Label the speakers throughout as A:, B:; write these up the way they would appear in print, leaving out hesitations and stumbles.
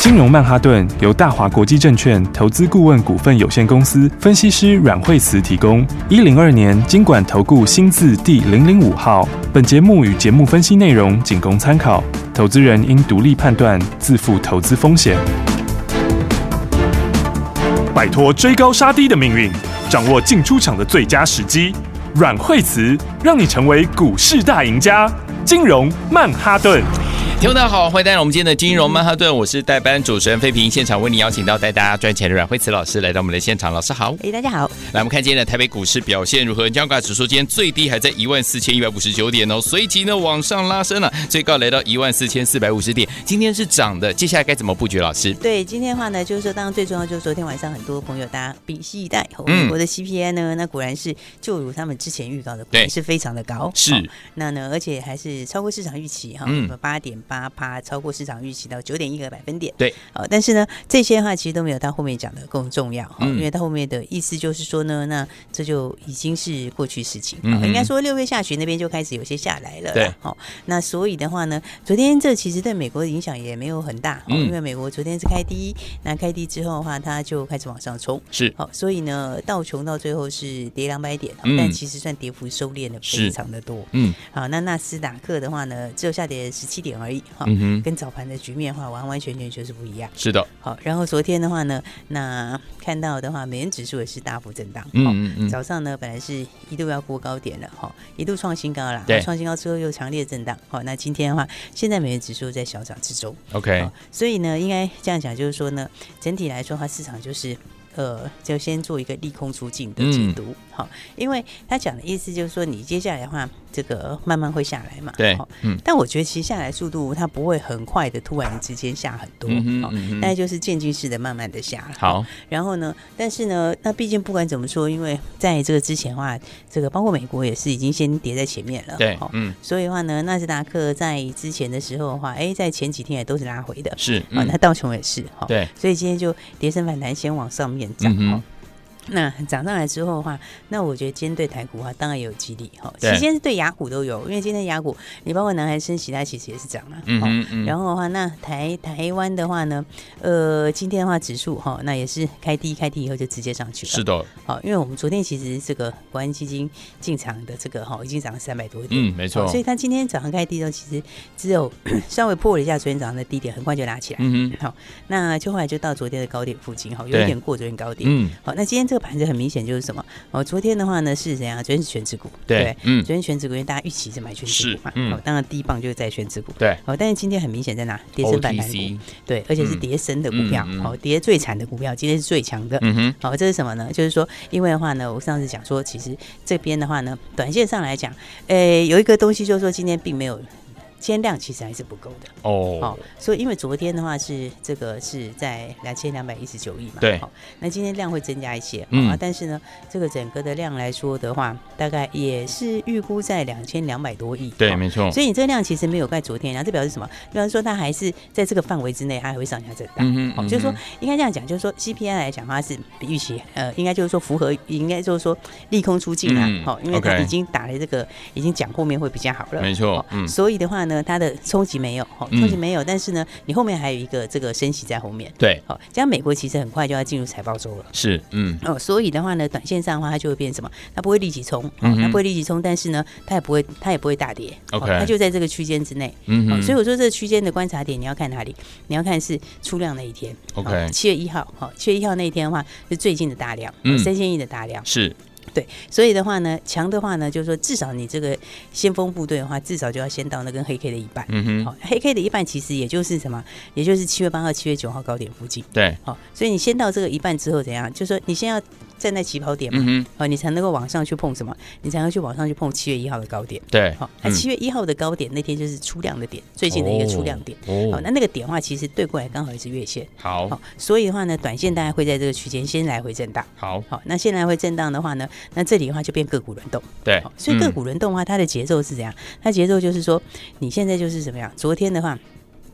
A: 金融曼哈顿由大华国际证券投资顾问股份有限公司分析师阮惠慈提供。102年金管投顾新字第005号。本节目与节目分析内容仅供参考，投资人应独立判断，自负投资风险。摆脱追高杀低的命运，掌握进出场的最佳时机。阮惠慈让你成为股市大赢家。金融曼哈顿。
B: 听众大家好，欢迎来到我们今天的金融曼哈顿，我是代班主持人费平，现场为你邀请到带大家赚钱的阮惠慈老师来到我们的现场，老师好。
C: 大家好。
B: 来，我们看今天的台北股市表现如何？加权指数今天最低还在14159点哦，随即呢往上拉升了，最高来到14450点，今天是涨的，接下来该怎么布局？老师？
C: 对，今天的话呢，就是说，当然最重要就是昨天晚上很多朋友大家屏息以待，美国的 CPI 呢，那果然是就如他们之前预告的，是非常的高，
B: 是。
C: 那呢，而且还是超过市场预期哈，8.8%，超过市场预期到9.1个百分点。
B: 对，
C: 但是呢，这些的话其实都没有到后面讲的更重要哈，因为到后面的意思就是说呢，那这就已经是过去事情。应该说6月下旬那边就开始有些下来了。
B: 对，
C: 那所以的话呢，昨天这其实对美国的影响也没有很大，因为美国昨天是开低，那开低之后的话，它就开始往上冲。
B: 是，
C: 所以呢，道琼到最后是跌200点，但其实算跌幅收敛的非常的多。好，那纳斯达克的话呢，只有下跌17点而已。跟早盘的局面的话，完完全全就是不一样。
B: 是的。
C: 好，然后昨天的话呢，那看到的话，美元指数也是大幅震荡。早上呢，本来是一度要过高点了，一度创新高了。对，创新高之后又强烈震荡。好，那今天的话，现在美元指数在小涨之中。
B: OK。
C: 所以呢，应该这样讲，就是说呢，整体来说，它市场就是就先做一个利空出尽的解读。好，因为他讲的意思就是说，你接下来的话，这个慢慢会下来嘛。
B: 对，
C: 但我觉得其实下来速度它不会很快的，突然之间下很多，但就是渐进式的慢慢的下。
B: 好，
C: 然后呢，但是呢，那毕竟不管怎么说，因为在这个之前的话，这个包括美国也是已经先跌在前面了。
B: 对，
C: 所以的话呢，纳斯达克在之前的时候的话，在前几天也都是拉回的。
B: 是，
C: 那道琼也是。
B: 对，
C: 所以今天就跌升反弹，先往上面涨。那涨上来之后的话，那我觉得今天对台股的话，当然也有激励哈。其实今天是对雅股都有，因为今天雅股，你包括南韩升息，它其实也是涨了。然后的话，那台湾的话呢，今天的话指数哈，那也是开低以后就直接上去了。
B: 是的。
C: 好，因为我们昨天其实这个国安基金进场的这个哈，已经涨了300多点。
B: 没错。
C: 所以它今天早上开低的时候，其实只有稍微破了一下昨天早上的低点，很快就拉起来。好，那就后来就到昨天的高点附近，哈，有一点过昨天高点。好，那今天这个盘子很明显就是什么？昨天的话呢是怎样？昨天是全指股，对，昨天全指股因为大家预期是买全指股嘛，当然第一棒就是在全指股，
B: 对，
C: 但是今天很明显在哪？跌升反弹股，对，而且是跌升的股票，跌最惨的股票，今天是最强的，好，这是什么呢？就是说，因为的话呢，我上次讲说，其实这边的话呢，短线上来讲，有一个东西就是说，今天并没有。今天量其实还是不够的所以因为昨天的话是这个是在2219亿嘛，
B: 对，
C: 那今天量会增加一些但是呢，这个整个的量来说的话，大概也是预估在2200多亿，
B: 对，没错。
C: 所以你这个量其实没有盖昨天，然后这表示什么？表示说它还是在这个范围之内，它还会上下震荡。就是说应该这样讲，就是说 CPI 来讲，它是比预期应该就是说符合，应该就是说利空出尽啦，因为它已经打了这个，已经讲后面会比较好了，
B: 没错。
C: 所以的话呢，它的冲击没有，冲击没有，但是呢，你后面还有一个这个升息在后面，
B: 对，
C: 这样美国其实很快就要进入财报周了，
B: 是，
C: 所以的话呢，短线上的话，它就会变什么？它不会立即冲，它不会立即冲，但是呢，它也不会大跌
B: ，OK，
C: 它就在这个区间之内，所以我说这个区间的观察点你要看哪里？你要看是出量那一天
B: ，OK，
C: 7月1号，7月1号那一天的话是最近的大量，3000亿的大量，
B: 是。
C: 对，所以的话呢，强的话呢，就是说至少你这个先锋部队的话，至少就要先到那根黑 K 的一半。黑 K 的一半其实也就是什么？也就是7月8号、7月9号高点附近。
B: 对，
C: 所以你先到这个一半之后怎样？就是说你先要站在起跑点嘛，你才能够往上去碰什么？你才能去往上去碰7月1号的高点。
B: 对，
C: 那7月1号的高点那天就是出量的点，最近的一个出量点。那个点的话，其实对过来刚好也是月线。
B: 好，
C: 所以的话呢，短线大概会在这个区间先来回震荡。
B: 好，
C: 那先来回震荡的话呢，那这里的话就变个股轮动。
B: 对，
C: 所以个股轮动的话，它的节奏是怎样？它节奏就是说，你现在就是怎么样？昨天的话。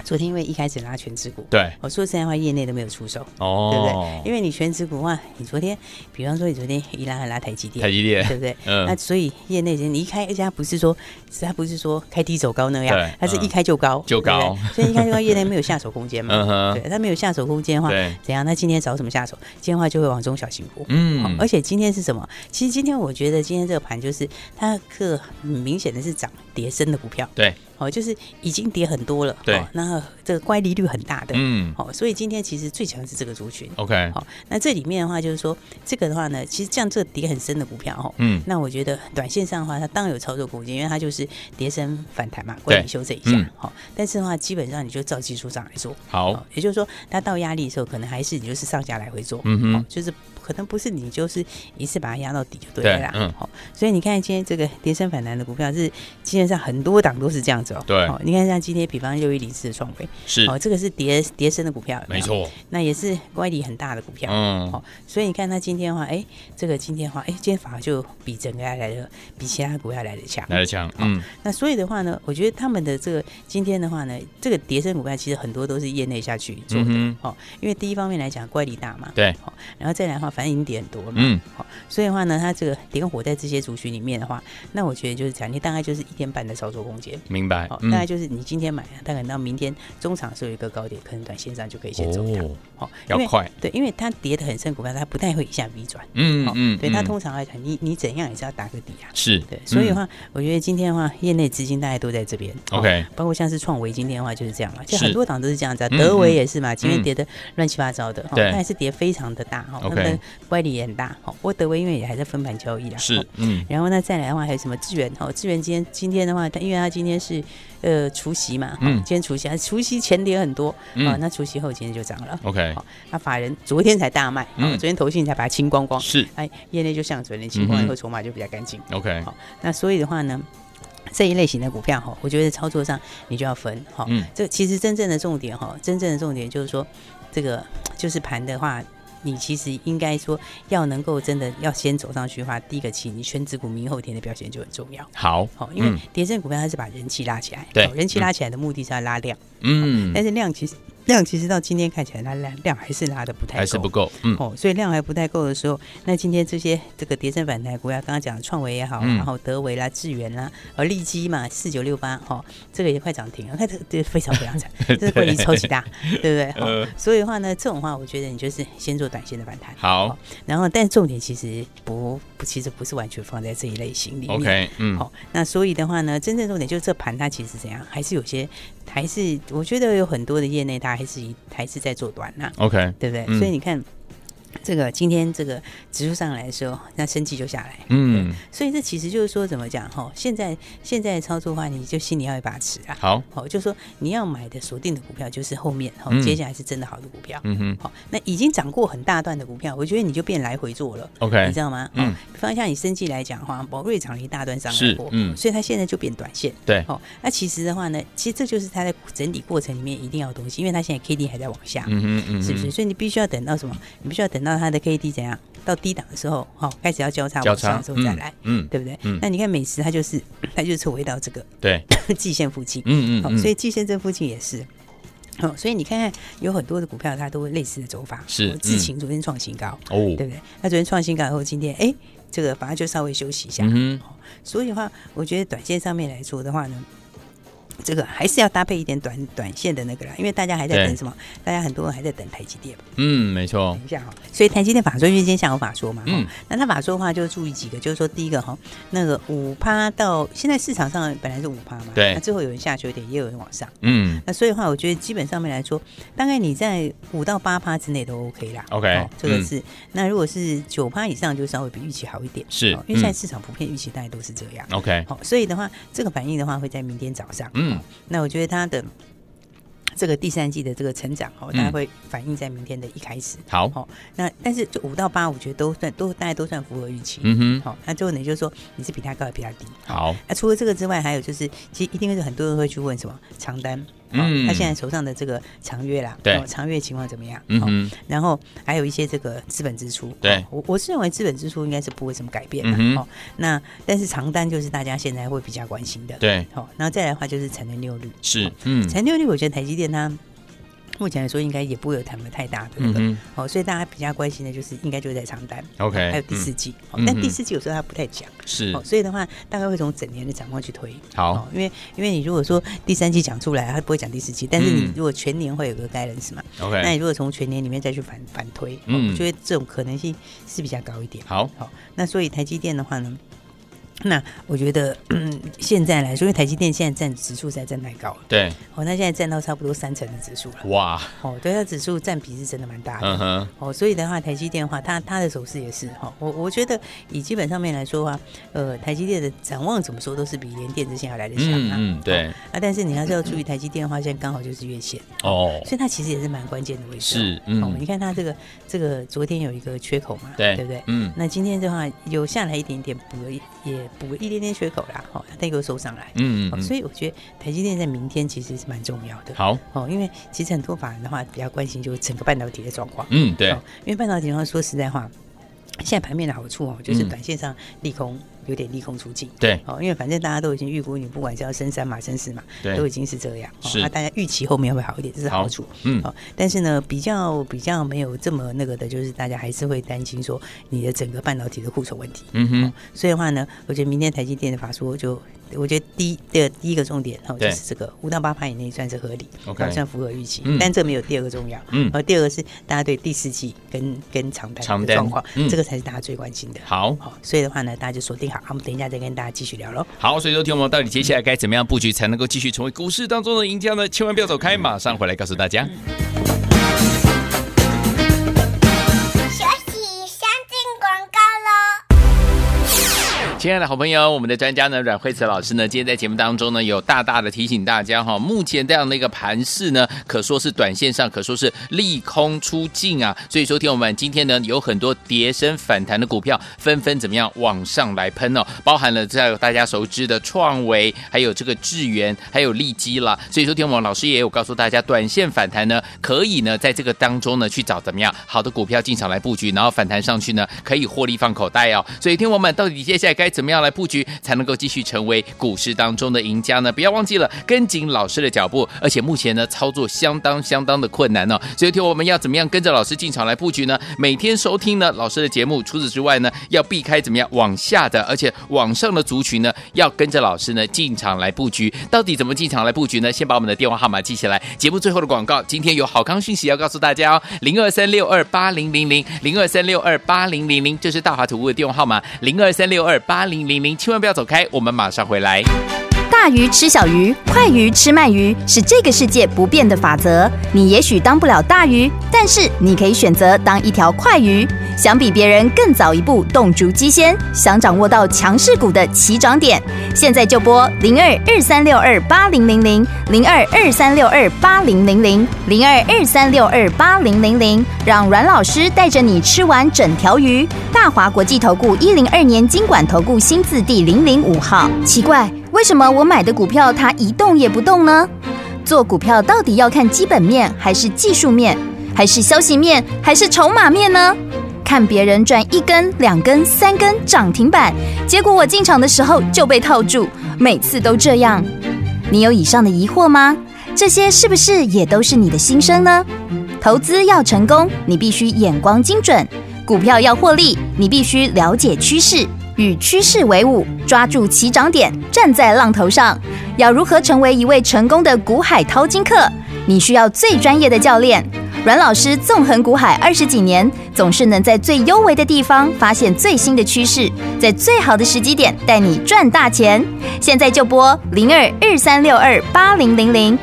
C: 昨天因为一开始拉全指股，
B: 对，
C: 我说实在话，业内都没有出手，对不对？因为你全指股话，你昨天，比方说你昨天一拉还拉台积电，对不对？那所以业内人你一开，而且它不是说开低走高那样，它是一开就高，
B: 就高，
C: 所以一开就高，业内没有下手空间嘛，对，它没有下手空间的话，怎样？那今天找什么下手？今天的话就会往中小型股，而且今天是什么？其实今天我觉得今天这个盘就是它很明显的是涨跌升的股票，
B: 对。
C: 就是已经跌很多了，
B: 对，
C: 那这个乖离率很大的，所以今天其实最强是这个族群
B: ，OK，
C: 那这里面的话就是说，这个的话呢，其实像这跌很深的股票，那我觉得短线上的话，它当然有操作空间，因为它就是跌升反弹嘛，乖离修正一下，但是的话，基本上你就照技术上来做，
B: 好，
C: 也就是说，它到压力的时候，可能还是你就是上下来回做，就是可能不是你就是一次把它压到底就对了啦，所以你看今天这个跌升反弹的股票是基本上很多档都是这样子。
B: 对，
C: 你看像今天，比方6104的创维，
B: 是
C: 这个是跌升的股票，
B: 没错，
C: 那也是乖离很大的股票，所以你看它今天的话，这个今天的话，今天反而就比整个来的比其他股票来的强，那所以的话呢，我觉得他们的这个今天的话呢，这个跌升股票其实很多都是业内下去做的，因为第一方面来讲乖离大嘛，
B: 对，
C: 然后再来的话，反正已经跌很多了嘛，所以的话呢，它这个点火在这些族群里面的话，那我觉得就是讲，你大概就是1天半的操作空间，
B: 明白。
C: 大概就是你今天买，大概到明天中场是有一个高点，可能短线上就可以先走掉。
B: 要快，
C: 对，因为它跌得很深，股票它不太会一下 V 转。对，它通常来讲，你怎样也是要打个底啊。
B: 是，
C: 对，所以的话，我觉得今天的话，业内资金大概都在这边。
B: OK，
C: 包括像是创维今天的话就是这样嘛，就很多档都是这样子，德维也是嘛，今天跌得乱七八糟的，但是跌非常的大，他们乖离也很大。不过德维因为也还在分盘交易啦。
B: 是，
C: 然后呢再来的话还有什么智源？智源今天的话，因为它今天是除息嘛，今天除息，除息前跌很多，那除息后今天就涨了。
B: OK，
C: 那法人昨天才大卖，昨天投信才把它清光光，
B: 是，
C: 业内就像昨天清光以后筹码就比较干净。
B: OK，
C: 那所以的话呢，这一类型的股票我觉得操作上你就要分这其实真正的重点就是说，这个就是盘的话。你其实应该说要能够真的要先走上去的话，第一个期你全指股明后天的表现就很重要。
B: 好，
C: 因为跌升股票它是把人气拉起来，
B: 对，
C: 人气拉起来的目的是要拉量，但是量其实到今天看起来，它量还是拉的不太够，
B: 还是不够，
C: 所以量还不太够的时候，那今天这个跌升反弹股票，刚刚讲创维也好，然后德维啦、智源啦、利基嘛，4968这个也快涨停了，看这非常非常惨，这个规力超级大，对不对？所以的话呢，这种话我觉得你就是先做短线的反弹，
B: 好，
C: 然后但重点其实不是完全放在这一类型里面
B: ，OK，
C: 那所以的话呢，真正重点就是这盘它其实怎样，还是有些。还是我觉得有很多的业内，它还是在做短呐
B: ，OK，
C: 对不对？所以你看。这个今天这个指数上来的时候，那生气就下来，所以这其实就是说怎么讲现在的操作的话，你就心里要有一把尺啊。好，就是说你要买的锁定的股票，就是后面接下来是真的好的股票。那已经涨过很大段的股票，我觉得你就变来回做了。
B: OK，
C: 你知道吗？比方像你生技来讲的话，宝瑞涨了一大段上来过，所以它现在就变短线。
B: 对，
C: 那其实的话呢，其实这就是它在整理过程里面一定要有东西，因为它现在 KD 还在往下，是不是？所以你必须要等到什么？你必须要等到它的 KD 怎样到低档的时候，开始要交叉往上的时候再来，对不对？那你看美食它就是回到这个
B: 对
C: 季线附近，所以季线这附近也是。所以你看看有很多的股票它都会类似的走法，
B: 是
C: 智勤昨天创新高，对不对？那昨天创新高以后，今天这个反而就稍微休息一下，所以的话，我觉得短线上面来说的话呢。这个还是要搭配一点短线的那个啦，因为大家还在等什么？大家很多人还在等台积电。
B: 没错。
C: 等一下所以台积电法说，因为今天下午法说嘛，那他法说的话就注意几个，就是说第一个那个5%到现在市场上本来是5%嘛，
B: 对，
C: 那最后有人下修一点，也有人往上，那所以的话，我觉得基本上面来说，大概你在5%到8%之内都 OK 啦。
B: OK，
C: 这个是那如果是9%以上，就稍微比预期好一点，
B: 是，
C: 因为现在市场普遍预期大概都是这样。
B: OK，
C: 所以的话，这个反应的话会在明天早上。那我觉得它的这个第三季的这个成长大概会反映在明天的一开始。
B: 好，
C: 那但是就5到8，我觉得大概都算符合预期。那最后呢，就是说你是比它高还是比它低？
B: 好，
C: 那除了这个之外，还有就是，其实一定是很多人会去问什么长单。 他现在手上的这个长约啦，
B: 对，
C: 长约情况怎么样？然后还有一些这个资本支出，
B: 对，
C: 我是认为资本支出应该是不会什么改变的，那但是长单就是大家现在会比较关心的，
B: 对，
C: 然后再来的话就是产能利用率，
B: 是，
C: 产能利用率我觉得台积电它目前来说应该也不会有谈的太大的那个，所以大家比较关心的就是应该就是在长单
B: ，OK，
C: 还有第四季，但第四季有时候它不太讲，
B: 是，
C: 所以的话大概会从整年的展望去推，
B: 好，
C: 因为你如果说第三季讲出来，它不会讲第四季，但是你如果全年会有个 guidance 嘛，OK， 那你如果从全年里面再去反推，我觉得这种可能性是比较高一点，好，那所以台积电的话呢？那我觉得，现在来说，因为台积电现在占指数实在占太高了，对，那现在占到差不多3成的指数了，哇，对，它指数占比是真的蛮大的，所以的话，台积电的话，它的走势也是，我觉得以基本上面来说的话，台积电的展望怎么说都是比联电之前要来的强，对，但是你还是要注意台积电的话，现在刚好就是月线，所以它其实也是蛮关键的位置，是，你看它这个昨天有一个缺口嘛，对不对？那今天的话有下来一点点补一点点缺口啦，但又收上来，所以我觉得台积电在明天其实是蛮重要的。好，因为其实很多法人的话比较关心就是整个半导体的状况，对，因为半导体的话说实在话，现在盘面的好处就是短线上利空。有点利空出尽，对，因为反正大家都已经预估你不管是要升3码升4码，都已经是这样，那大家预期后面会好一点，这是好处，但是呢，比较没有这么那个的，就是大家还是会担心说你的整个半导体的库存问题，所以的话呢，我觉得明天台积电的法说就。我觉得第一个重点就是这个5到8%以内算是合理，算符合预期，但这没有第二个重要。第二个是大家对第四季跟长单的状况，这个才是大家最关心的。好，所以的话呢，大家就锁定好，我们等一下再跟大家继续聊喽。
B: 好，所以说听我们到底接下来该怎么样布局才能够继续成为股市当中的赢家呢？千万不要走开，马上回来告诉大家。亲爱的好朋友，我们的专家呢阮慧慈老师呢，今天在节目当中呢，有大大的提醒大家哈，目前这样的一个盘势呢，可说是短线上可说是利空出尽啊，所以说听我们今天呢，有很多跌升反弹的股票纷纷怎么样往上来喷哦，包含了在大家熟知的创惟，还有这个智原，还有利基啦，所以说听我们老师也有告诉大家，短线反弹呢，可以呢在这个当中呢去找怎么样好的股票进场来布局，然后反弹上去呢，可以获利放口袋哦，所以听我们到底接下来该怎么样来布局才能够继续成为股市当中的赢家呢？不要忘记了跟紧老师的脚步，而且目前呢操作相当的困难哦，所以听我们要怎么样跟着老师进场来布局呢？每天收听呢老师的节目，除此之外呢要避开怎么样往下的，而且往上的族群呢要跟着老师呢进场来布局。到底怎么进场来布局呢？先把我们的电话号码记起来，节目最后的广告今天有好康讯息要告诉大家哦，0236280000 0236280000，这是大华土屋的电话号码0236280000，千万不要走开，我们马上回来。
D: 大鱼吃小鱼，快鱼吃慢鱼，是这个世界不变的法则。你也许当不了大鱼，但是你可以选择当一条快鱼。想比别人更早一步动足机先，想掌握到强势股的起涨点，现在就拨0223628000 0223628000 0223628000，让阮老师带着你吃完整条鱼。大华国际投顾102年金管投顾新字第005号。奇怪，为什么我买的股票它一动也不动呢？做股票到底要看基本面，还是技术面，还是消息面，还是筹码面呢？看别人赚1根、2根、3根涨停板，结果我进场的时候就被套住，每次都这样。你有以上的疑惑吗？这些是不是也都是你的心声呢？投资要成功，你必须眼光精准；股票要获利，你必须了解趋势，与趋势为伍，抓住起涨点，站在浪头上。要如何成为一位成功的股海淘金客？你需要最专业的教练。阮老师纵横股海20几年，总是能在最优微的地方发现最新的趋势，在最好的时机点带你赚大钱。现在就拨0223628000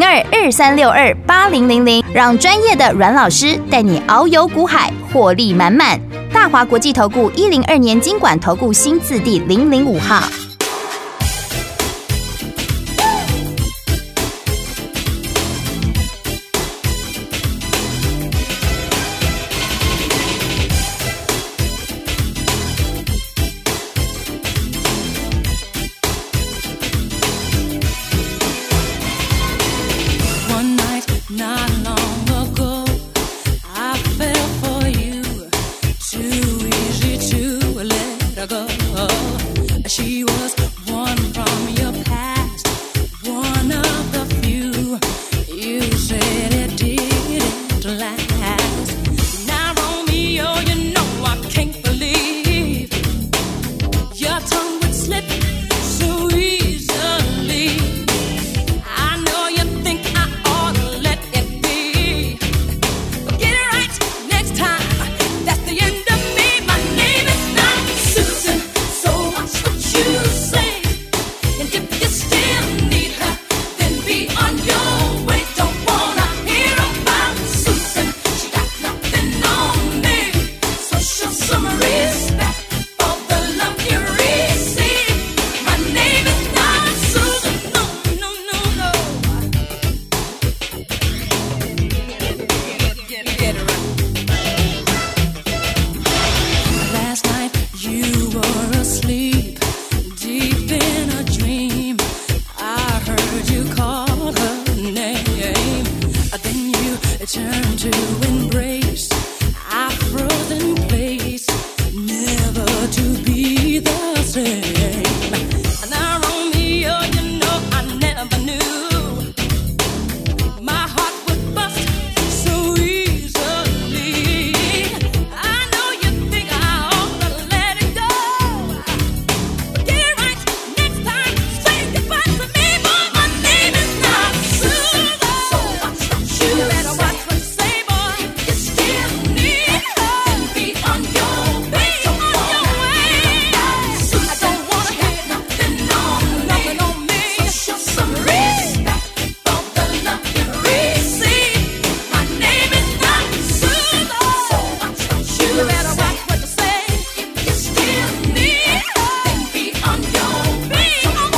D: 0223628000，让专业的阮老师带你遨游股海，获利满满。大华国际投顾102年金管投顾新字第005号。
E: turn to embrace our frozen place, never to be the same. Now Romeo, you know I never knew my heart would bust so easily. I know you think I ought to let it go. Get it right next time. Say goodbye to me, boy. My name is not Susan. So you better watch what you say, boy. You still need her. Then be on your way. I don't wanna hear nothing on me. So show some respect for the love you receive. My name is not Susan. So you better watch what you say. If you still need her, then be on your way.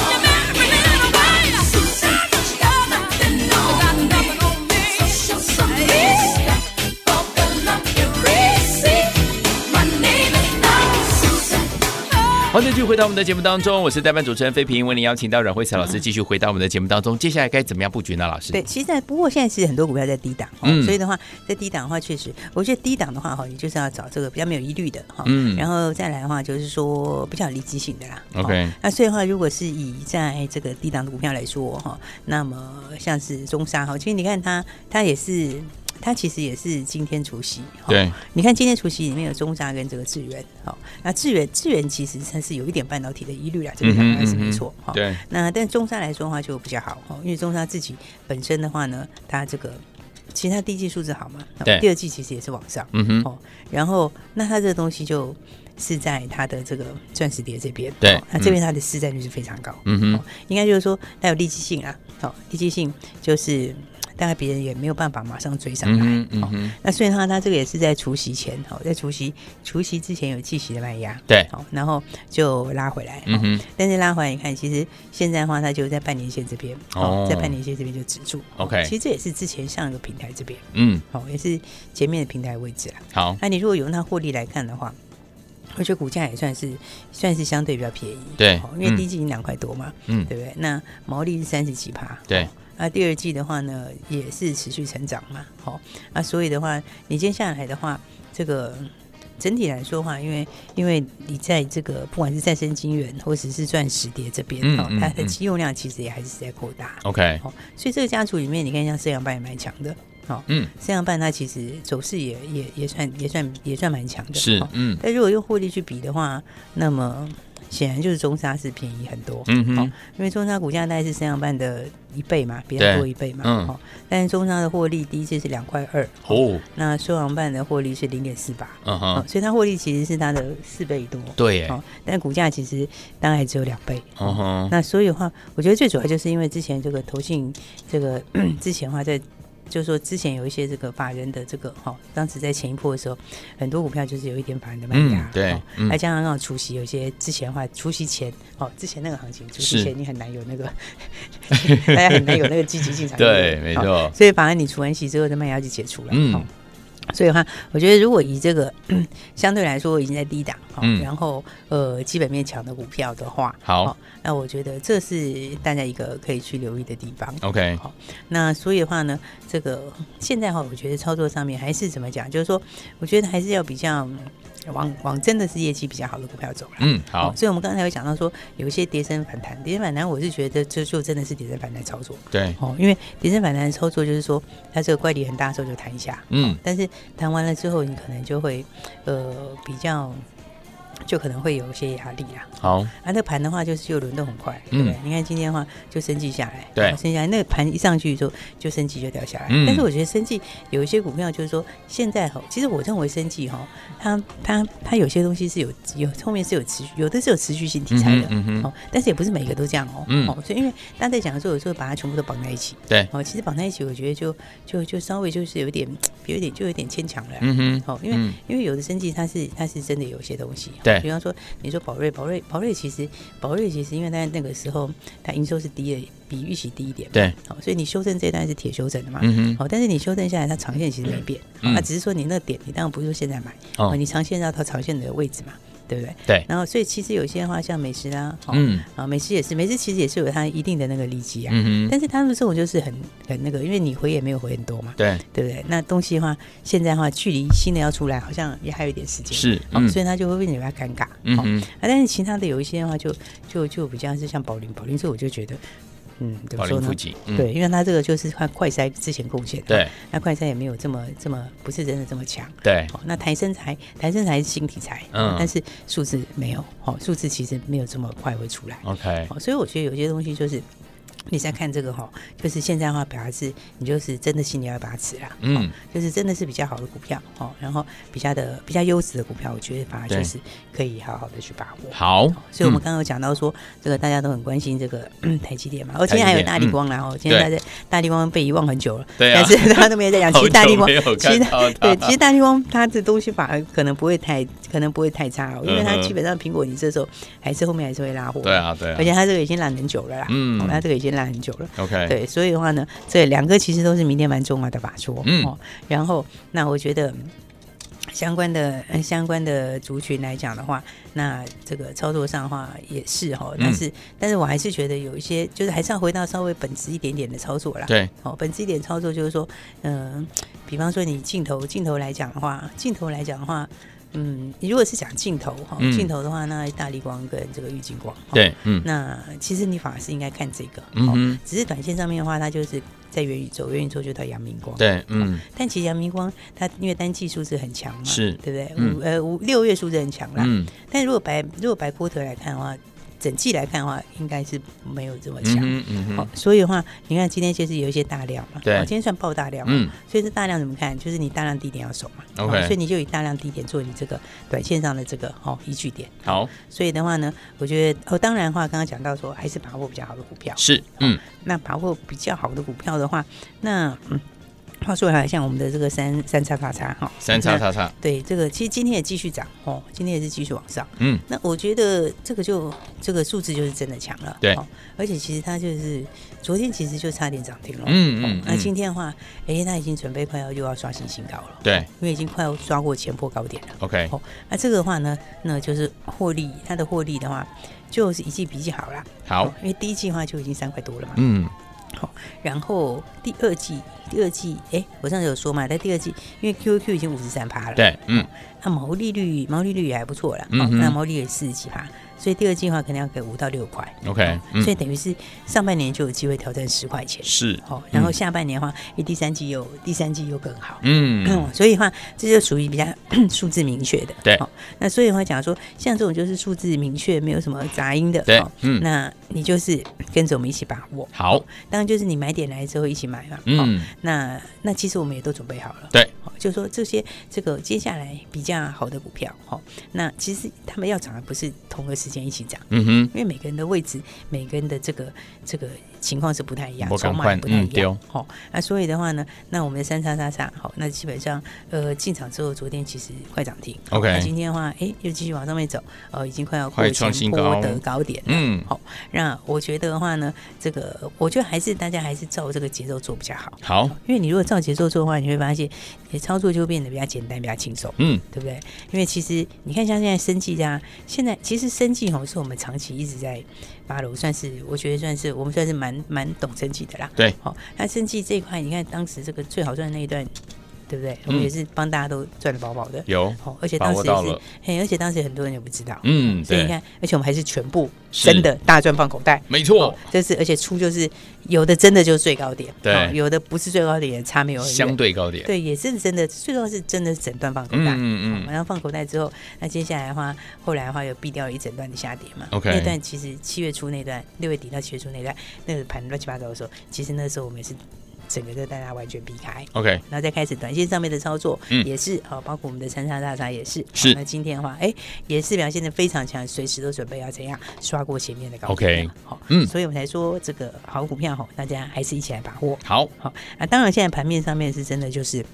E: Susan, you got nothing on me. So show some respect for the love you receive. My name is not Susan.
B: 欢迎继续回到我们的节目当中，我是代班主持人飞平，为您邀请到阮慧慈老师继续回到我们的节目当中。接下来该怎么样布局呢？老师？
C: 对，其实不过现在其实很多股票在低档，所以的话，在低档的话，确实，我觉得低档的话，你就是要找这个比较没有疑虑的哈，然后再来的话，就是说比较有利基性的啦。
B: OK，
C: 那所以的话，如果是以在这个低档的股票来说哈，那么像是中沙哈，其实你看它也是。它其实也是今天除夕，
B: 对，
C: 你看今天除夕里面有中沙跟这个智原，那智原其实它是有一点半导体的疑虑啦，这个当然是没错，
B: 对。
C: 那但中沙来说的话就比较好，因为中沙自己本身的话呢，它这个其实它第一季数字好嘛，第二季其实也是往上，然后那它这个东西就是在它的这个钻石碟这边，
B: 对，
C: 那这边它的市占率是非常高，应该就是说它有利基性啊，利基性就是大概别人也没有办法马上追上来，那所以它这个也是在除夕前，在除夕之前有季息的卖压，
B: 对，
C: 然后就拉回来，但是拉回来你看，其实现在的话它就在半年线这边，在半年线这边就止住
B: ，OK，
C: 其实这也是之前上一个平台这边，也是前面的平台位置啦。
B: 好，
C: 那你如果用它获利来看的话，我觉得股价也算是相对比较便宜，
B: 对，
C: 因为第一季已经2块多嘛，对不对？那毛利是30几%，
B: 对。
C: 那第二季的话呢，也是持续成长嘛，那所以的话，你接下来的话，这个整体来说的话，因为你在这个不管是再生晶圆或者是钻石碟这边，它的肌用量其实也还是在扩大
B: ，OK，
C: 所以这个家族里面，你看像盛阳半也蛮强的。盛阳半它其实走势也算蛮强的，
B: 是，
C: 但如果用获利去比的话，那么显然就是中沙是便宜很多，因为中沙股价大概是盛阳半的1倍嘛，比它多1倍嘛，但是中沙的获利第一次是2块2，那盛阳半的获利是0.48，所以它获利其实是它的4倍多，
B: 对，
C: 但股价其实大概只有2倍，那所以的话，我觉得最主要就是因为之前这个投信这个之前的话在。就是说，之前有一些这个法人的这个当时在前一波的时候，很多股票就是有一点法人的卖压，
B: 对，
C: 再加上那种除夕，有些之前的话，除夕前之前那个行情，除夕前你很难有那个，大家很难有那个积极进场，
B: 对，没错，
C: 所以反而你除完息之后，的卖压就解除了，所以的话，我觉得如果以这个相对来说已经在低档，然后基本面强的股票的话，
B: 好，
C: 那我觉得这是大家一个可以去留意的地方。
B: OK，
C: 好，那所以的话呢，这个现在我觉得操作上面还是怎么讲，就是说，我觉得还是要比较。往真的是业绩比较好的股票走了，
B: 好，
C: 所以我们刚才有讲到说，有一些跌升反弹，跌升反弹，我是觉得这就真的是跌升反弹操作，
B: 对，
C: 因为跌升反弹的操作就是说，它这个乖离很大的时候就弹一下，但是弹完了之后，你可能就会比较。就可能会有一些压力啦。
B: 好，
C: 那盘的话就是又轮动很快，对不对？你看今天的话就升绩下来，
B: 对，
C: 升下来那个盘一上去之后就升绩就掉下来。但是我觉得升绩有一些股票就是说现在其实我认为升绩它有些东西是有后面是有持续，有的是有持续性题材的，但是也不是每一个都这样所以因为大家在讲的时候，有时候把它全部都绑在一起，
B: 对，
C: 其实绑在一起，我觉得就稍微就是有点牵强了，因为有的升绩它是真的有一些东西，
B: 对，
C: 比方说你说宝瑞其实因为在那个时候它营收是低的，比预期低一点，
B: 对，
C: 所以你修正这一段是铁修正的嘛，但是你修正下来它长线其实没变，只是说你那个点你当然不是说现在买，你长线要到长线的位置嘛， 对不对？
B: 对。
C: 然后所以其实有些的话，像美食啊，美食也是，美食其实也是有它一定的那个利基啊，但是它的这种就是很那个，因为你回也没有回很多嘛，
B: 对
C: 不对？那东西的话，现在的话距离新的要出来，好像也还有一点时间，
B: 是，
C: 所以它就会变得比较尴尬，但是其他的有一些的话就比较是像宝林这我就觉得。怎么说呢？对，因为它这个就是快筛之前贡献，
B: 对，
C: 那快筛也没有这么不是真的这么强，
B: 对。
C: 那台生材是新题材，但是数字没有，数字其实没有这么快会出来
B: ，OK，
C: 所以我觉得有些东西就是。你在看这个就是现在的话，表达是你就是真的心里要把它吃啦，就是真的是比较好的股票然后比较优质的股票，我觉得反而就是可以好好的去把握。
B: 好，
C: 所以我们刚刚有讲到说，这个大家都很关心这个台积电嘛，今天还有大立光啦，今天大立光被遗忘很久了，
B: 对啊，
C: 但是大家都没有在讲。其实大立光，
B: 其
C: 实大立光它的东西反而可能不会太差因为它基本上苹果你这时候后面还是会拉货，
B: 对啊，
C: 而且它这个已经烂很久了啦，它这个已经烂很久了
B: ，OK，
C: 对，所以的话呢，这两个其实都是明天蛮重要的法说，然后那我觉得相关的族群来讲的话，那这个操作上的话也是但是我还是觉得有一些就是还是要回到稍微本质一点点的操作啦，
B: 对，
C: 本质一点操作就是说，比方说你镜头来讲的话，你如果是讲镜头镜头的话，那大立光跟这个玉晶光，
B: 对，
C: 那其实你反而是应该看这个，只是短线上面的话，它就是在元宇宙就到阳明光，
B: 对，
C: 但其实阳明光它因为单季数字很强嘛，
B: 是，
C: 对不对？6月数字很强啦，但如果白 quarter 来看的话。整季来看的话，应该是没有这么强，所以的话，你看今天就是有一些大量嘛，
B: 对，
C: 今天算爆大量，所以这大量怎么看？就是你大量低点要守嘛
B: ，OK，
C: 所以你就以大量低点做你这个短线上的这个依据点。
B: 好，
C: 所以的话呢，我觉得当然的话，刚刚讲到说还是把握比较好的股票，
B: 是，
C: 那把握比较好的股票的话，那话说回来，像我们的这个三叉
B: 三叉，
C: 对，这个其实今天也继续涨今天也是继续往上。那我觉得这个数字就是真的强了，
B: 对，
C: 而且其实它就是昨天其实就差点涨停了，那今天的话，它已经准备快又要刷新新高了，
B: 对，
C: 因为已经快要刷过前波高点了
B: ，OK，
C: 那这个的话呢，那就是获利，它的获利的话就是一季比一季好啦，
B: 好，
C: 因为第一季的话就已经3块多了嘛，然后第二季，我上次有说嘛，在第二季，因为 QQ 已经53%了，
B: 对，
C: 那毛利率也还不错啦，那毛利率也40几%，所以第二季的话可能要给5到6块
B: ，OK，
C: 所以等于是上半年就有机会挑战10块钱，
B: 是，
C: 然后下半年的话，第三季又更好，所以的话这就属于比较数字明确的，
B: 对，
C: 那所以的话讲说，像这种就是数字明确，没有什么杂音的，
B: 对，
C: 那你就是跟着我们一起把握，
B: 好，
C: 当然就是你买点来之后一起买嘛，那其实我们也都准备好了，
B: 对，
C: 就是说这个接下来比较好的股票，那其实他们要涨的不是同个时间一起涨，因为每个人的位置，每个人的这个情况是不太一样，筹码不太一样，那所以的话呢，那我们的三叉，那基本上进场之后，昨天其实快涨停
B: ，OK，
C: 那今天的话，又继续往上面走，已经快要过前波的高点了，那我觉得的话呢，这个我觉得大家还是照这个节奏做比较好，
B: 好，
C: 因为你如果照节奏做的话，你会发现你的操作就会变得比较简单，比较轻松，对不对？因为其实你看像现在生技现在其实生技是我们长期一直在follow，我觉得我们算是蛮懂生技的啦，
B: 对，
C: 那生技这一块，你看当时这个最好赚的那一段。对不对？我们也是帮大家都赚得饱饱的，
B: 有，
C: 而且当时也是，而且当时很多人也不知道，所以你看，而且我们还是全部真的大赚放口袋，
B: 没错，
C: 而且出就是有的真的就是最高点，
B: 对，
C: 有的不是最高点，也差没有
B: 相对高点，
C: 对，也是真的，最重要是真的是整段放口袋，然后放口袋之后，那接下来的话，后来的话又避掉了一整段的下跌嘛
B: ，OK，
C: 那段其实7月初那段，6月底到7月初那段，那个盘乱七八糟的时候，其实那时候我们也是。整个就大家完全避开
B: ，OK，
C: 然后再开始短线上面的操作，也是包括我们的三叉大叉也是，那今天的话，也是表现得非常强，随时都准备要怎样刷过前面的高点 ，OK， 所以我们才说这个好股票大家还是一起来把握，
B: 好，
C: 那当然现在盘面上面是真的就是。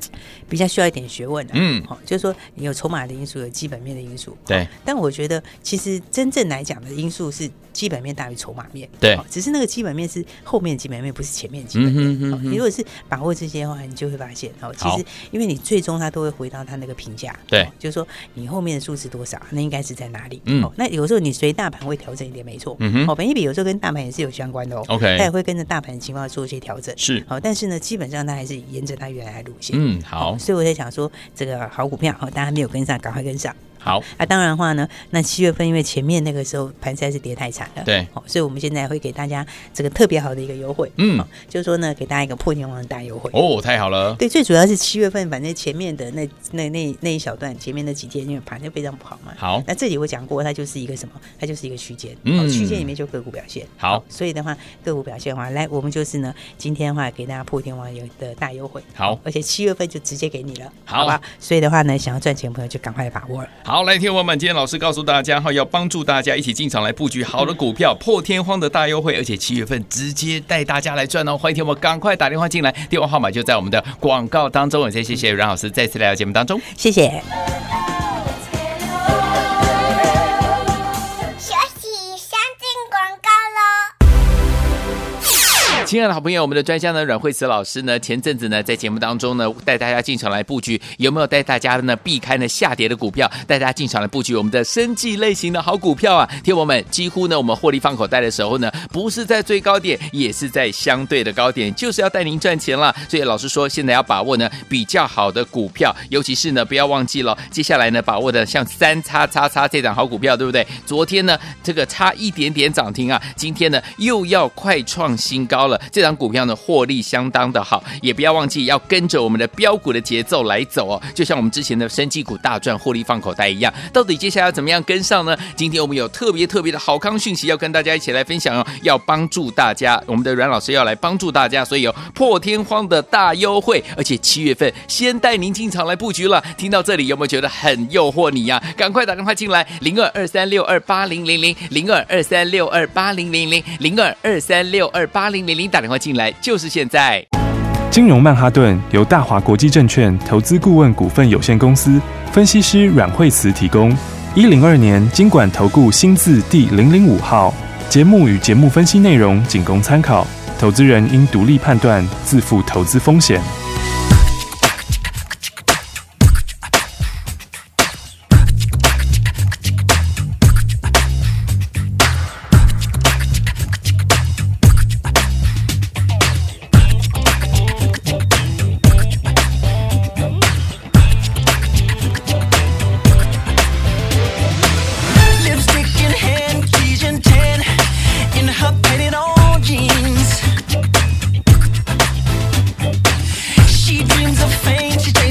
C: 比较需要一点学问就是说你有筹码的因素，有基本面的因素，
B: 对。
C: 但我觉得其实真正来讲的因素是基本面大于筹码面，
B: 对。
C: 只是那个基本面是后面的基本面，不是前面的基本面。你如果是把握这些的话，你就会发现其实因为你最终它都会回到它那个评价，
B: 对，
C: 就是说你后面的数值多少，那应该是在哪里？那有时候你随大盘会调整一点，没错。本益比有时候跟大盘也是有相关的
B: OK，
C: 它也会跟着大盘的情况做一些调整，
B: 是。
C: 但是呢，基本上它还是沿着它原来的路线。
B: 好。
C: 所以我在想说，这个好股票大家没有跟上，赶快跟上。
B: 好
C: 当然的话呢，那7月份因为前面那个时候盘实在是跌太惨了，
B: 对，
C: 所以我们现在会给大家这个特别好的一个优惠，就是说呢，给大家一个破天荒的大优惠
B: 太好了。
C: 对，最主要是7月份，反正前面的那一小段，前面那几天因为盘就非常不好嘛。
B: 好，
C: 那这里我讲过，它就是一个什么？它就是一个区间，区间里面就个股表现。
B: 好，
C: 所以的话，个股表现的话，来，我们就是呢，今天的话给大家破天荒的大优惠。
B: 好，
C: 而且7月份就直接给你了，
B: 好
C: 吧？所以的话呢，想要赚钱的朋友就赶快把握了。
B: 好，来，听我们今天老师告诉大家要帮助大家一起进场来布局好的股票，破天荒的大优惠，而且7月份直接带大家来赚欢迎听我们赶快打电话进来，电话号码就在我们的广告当中。也谢谢阮老师再次来到节目当中，
C: 谢谢。
B: 亲爱的好朋友，我们的专家呢阮慧慈老师呢，前阵子呢在节目当中呢带大家进场来布局，有没有带大家呢避开呢下跌的股票，带大家进场来布局我们的生技类型的好股票啊？听我们几乎呢我们获利放口袋的时候呢，不是在最高点，也是在相对的高点，就是要带您赚钱了。所以老师说，现在要把握呢比较好的股票，尤其是呢不要忘记了，接下来呢把握的像3XXX这档好股票，对不对？昨天呢这个差一点点涨停啊，今天呢又要快创新高了。这档股票呢获利相当的好，也不要忘记要跟着我们的标股的节奏来走哦，就像我们之前的生技股大赚获利放口袋一样。到底接下来要怎么样跟上呢？今天我们有特别的好康讯息要跟大家一起来分享哦，要帮助大家，我们的阮老师要来帮助大家，所以有破天荒的大优惠，而且7月份先带您进场来布局了。听到这里有没有觉得很诱惑你呀？赶快打电话进来，0223628000 0223628000 0223628000，打电话进来就是现在。
A: 金融曼哈顿由大华国际证券投资顾问股份有限公司分析师阮慧慈提供。102年金管投顾新字第005号。节目与节目分析内容仅供参考，投资人应独立判断，自负投资风险。
E: She dreams of fame, she